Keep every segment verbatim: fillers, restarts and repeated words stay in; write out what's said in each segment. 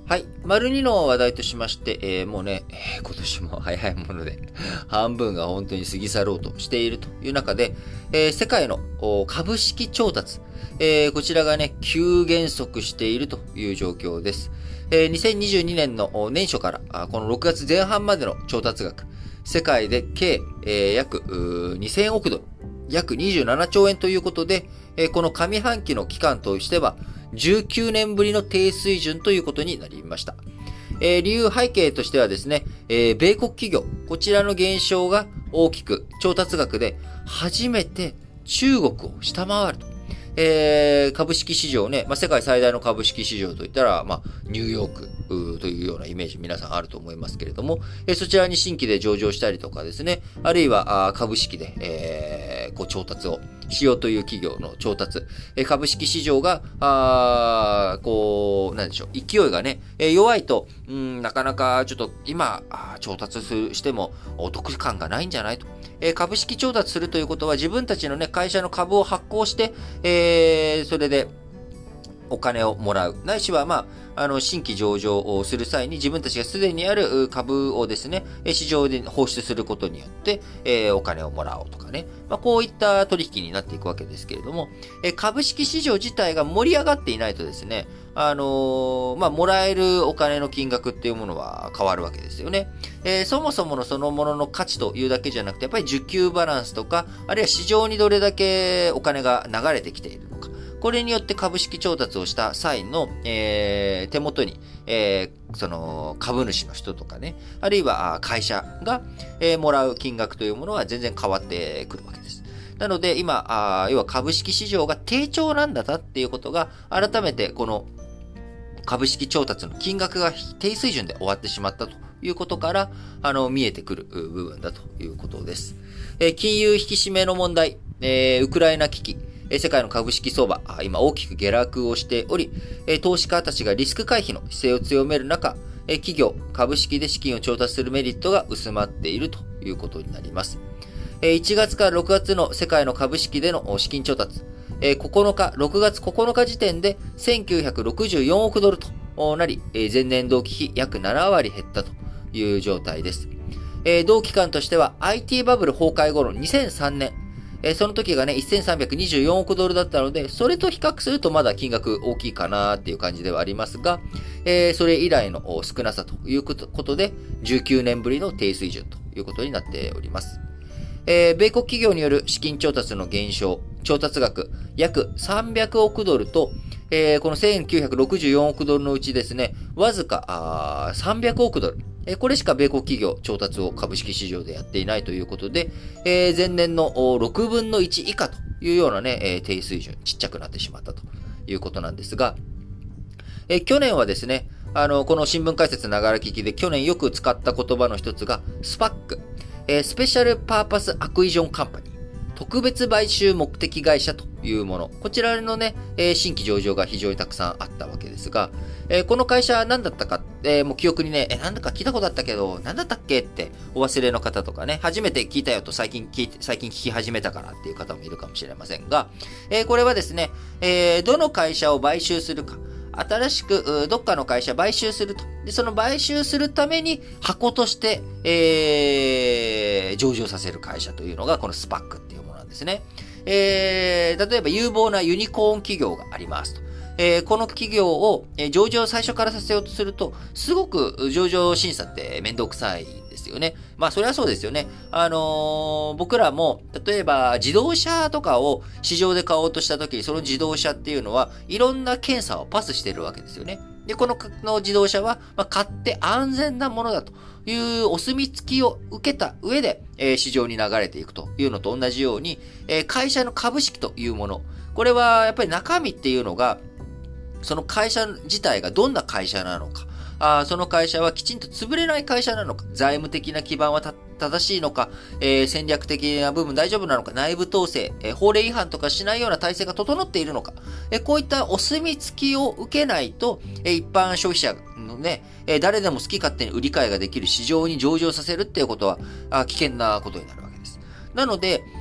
はい。丸にの話題としまして、えー、もうね、えー、今年も早いもので、半分が本当に過ぎ去ろうとしているという中で、えー、世界の株式調達、えー、こちらがね、急減速しているという状況です。えー、にせんにじゅうにねんの年初から、このろくがつぜん半までの調達額、世界で計、えー、約にせんおくドル、約にじゅうななちょうえんということで、えー、この上半期の期間としては、じゅうきゅうねんぶりの低水準ということになりました。えー、理由背景としてはですね、えー、米国企業、こちらの減少が大きく調達額で初めて中国を下回ると。えー、株式市場ね、まあ、世界最大の株式市場といったら、まあ、ニューヨークというようなイメージ皆さんあると思いますけれども、えー、そちらに新規で上場したりとかですね、あるいは株式で、えー、こう調達をしようという企業の調達、えー、株式市場が、あこう、なんでしょう、勢いがね、えー、弱いと、うん、なかなかちょっと今、調達するしてもお得感がないんじゃないと。えー、株式調達するということは自分たちのね、会社の株を発行して、えー、それでお金をもらう。ないしは、まあ、あの、新規上場をする際に自分たちがすでにある株をですね、市場で放出することによって、えー、お金をもらおうとかね。まあ、こういった取引になっていくわけですけれども、えー、株式市場自体が盛り上がっていないとですね、あのー、まあ、もらえるお金の金額っていうものは変わるわけですよね。えー、そもそものそのものの価値というだけじゃなくて、やっぱり需給バランスとか、あるいは市場にどれだけお金が流れてきているのか。これによって株式調達をした際の、えー、手元に、えー、その株主の人とかね、あるいは会社が、えー、もらう金額というものは全然変わってくるわけです。なので今、あ要は株式市場が低調なんだなっていうことが改めてこの株式調達の金額が低水準で終わってしまったということから、あの、見えてくる部分だということです。えー、金融引き締めの問題、えー、ウクライナ危機、世界の株式相場、今大きく下落をしており、投資家たちがリスク回避の姿勢を強める中、企業、株式で資金を調達するメリットが薄まっているということになります。いちがつからろくがつの世界の株式での資金調達、ここのか、ろくがつここのか時点でせんきゅうひゃくろくじゅうよんおくドルとなり、前年同期比約ななわり減ったという状態です。同期間としては アイティー バブル崩壊後のにせんさんねん、えー、その時がね、せんさんびゃくにじゅうよんおくドルだったので、それと比較するとまだ金額大きいかなっていう感じではありますが、えー、それ以来の少なさということで、じゅうきゅうねんぶりの低水準ということになっております。えー、米国企業による資金調達の減少、調達額約さんびゃくおくドルと、えー、このせんきゅうひゃくろくじゅうよんおくドルのうちですね、わずかさんびゃくおくドル。これしか米国企業調達を株式市場でやっていないということで、えー、前年のろくぶんのいち以下というようなね、えー、低水準、ちっちゃくなってしまったということなんですが、えー、去年はですね、あの、この新聞解説ながら聞きで去年よく使った言葉の一つが、スパック、えー、スペシャルパーパスアクイジョンカンパニー。特別買収目的会社というもの。こちらのね、えー、新規上場が非常にたくさんあったわけですが、えー、この会社は何だったか、えー、もう記憶にね、え、なんだか聞いたことあったけど、何だったっけってお忘れの方とかね、初めて聞いたよと最近聞いて、最近聞き始めたからっていう方もいるかもしれませんが、えー、これはですね、えー、どの会社を買収するか、新しくどっかの会社買収すると。で、その買収するために箱として、えー、上場させる会社というのがこのスパックっていうものなんですね。えー、例えば有望なユニコーン企業がありますと。えー、この企業を上場最初からさせようとすると、すごく上場審査って面倒くさいですよね。まあ、それはそうですよね。あのー、僕らも、例えば自動車とかを市場で買おうとしたときに、その自動車っていうのは、いろんな検査をパスしてるわけですよね。で、このの自動車は、まあ、買って安全なものだというお墨付きを受けた上で、えー、市場に流れていくというのと同じように、えー、会社の株式というもの、これはやっぱり中身っていうのが、その会社自体がどんな会社なのか、あその会社はきちんと潰れない会社なのか、財務的な基盤はた正しいのか、えー、戦略的な部分大丈夫なのか、内部統制、えー、法令違反とかしないような体制が整っているのか、えー、こういったお墨付きを受けないと、えー、一般消費者のね、えー、誰でも好き勝手に売り買いができる市場に上場させるっていうことは、あ危険なことになるわけです。なので、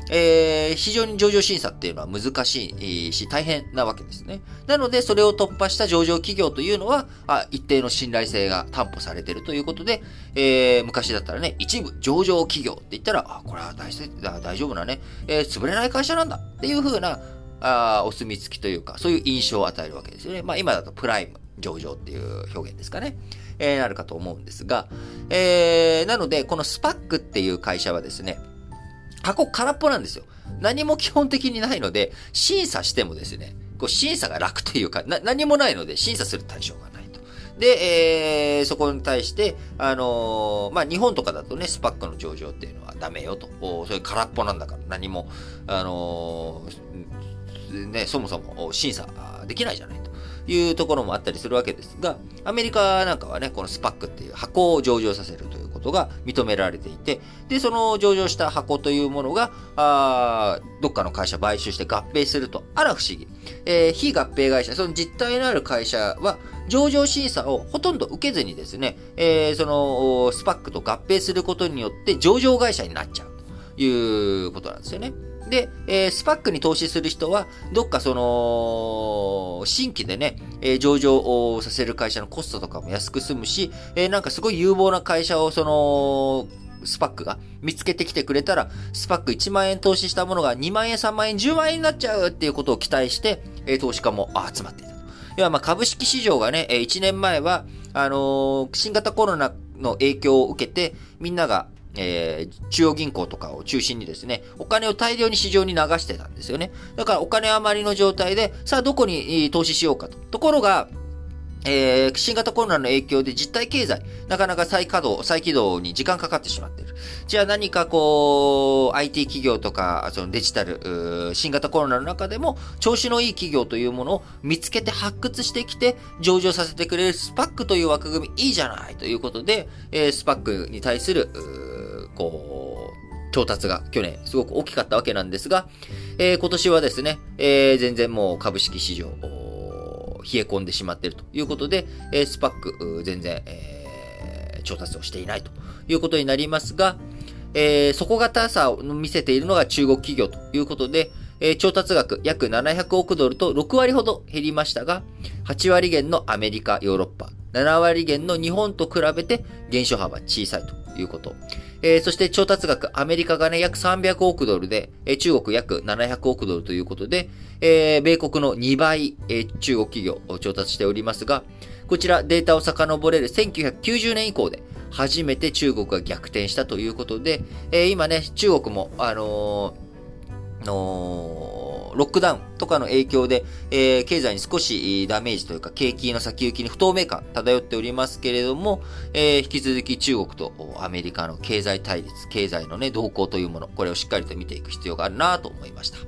えー、非常に上場審査っていうのは難しいし大変なわけですね。なので、それを突破した上場企業というのは、あ一定の信頼性が担保されているということで、えー、昔だったらね、一部上場企業って言ったら、あ、これは大大丈夫なね、えー、潰れない会社なんだっていう風な、あお墨付きというか、そういう印象を与えるわけですよね。まあ今だとプライム上場っていう表現ですかね。えー、なるかと思うんですが、えー、なので、このスパックっていう会社はですね、箱空っぽなんですよ。何も基本的にないので、審査してもですね、こう審査が楽というか、な、何もないので審査する対象がないと。で、えー、そこに対して、あのー、まあ、日本とかだとね、スパックの上場っていうのはダメよと。それ空っぽなんだから何も、あのー、ね、そもそも審査できないじゃないというところもあったりするわけですが、アメリカなんかはね、このスパックっていう箱を上場させるということが認められていて、で、その上場した箱というものが、あどっかの会社買収して合併すると、あら不思議。えー、非合併会社、その実態のある会社は、上場審査をほとんど受けずにですね、えー、その、スパックと合併することによって上場会社になっちゃうということなんですよね。で、えー、スパックに投資する人は、どっかその、新規でね、えー、上場をさせる会社のコストとかも安く済むし、えー、なんかすごい有望な会社をその、スパックが見つけてきてくれたら、スパックいちまんえん投資したものがにまんえん、さんまんえん、じゅうまんえんになっちゃうっていうことを期待して、えー、投資家も集まっていたと。いや、まあ株式市場がね、いちねんまえは、あのー、新型コロナの影響を受けて、みんながえー、中央銀行とかを中心にですね、お金を大量に市場に流してたんですよね。だからお金余りの状態で、さあどこに投資しようかと。ところが、えー、新型コロナの影響で実体経済、なかなか再稼働、再起動に時間かかってしまっている。じゃあ何かこう、アイティー 企業とか、そのデジタル、新型コロナの中でも、調子のいい企業というものを見つけて発掘してきて、上場させてくれるスパックという枠組みいいじゃないということで、えー、スパックに対する、こう、調達が去年すごく大きかったわけなんですが、えー、今年はですね、えー、全然もう株式市場、冷え込んでしまっているということで、えー、スパック全然、えー、調達をしていないということになりますが、えー、底堅さを見せているのが中国企業ということで、えー、調達額約ななひゃくおくドルとろくわりほど減りましたが、はちわり減のアメリカ、ヨーロッパ、ななわり減の日本と比べて減少幅小さいということ。えー、そして調達額、アメリカがね、約さんびゃくおくドルで、えー、中国約ななひゃくおくドルということで、えー、米国のにばい、えー、中国企業を調達しておりますが、こちらデータを遡れるせんきゅうひゃくきゅうじゅうねん以降で、初めて中国が逆転したということで、えー、今ね、中国も、あのー、のーロックダウンとかの影響で、えー、経済に少しダメージというか、景気の先行きに不透明感漂っておりますけれども、えー、引き続き中国とアメリカの経済対立、経済のね、動向というもの、これをしっかりと見ていく必要があるなと思いました。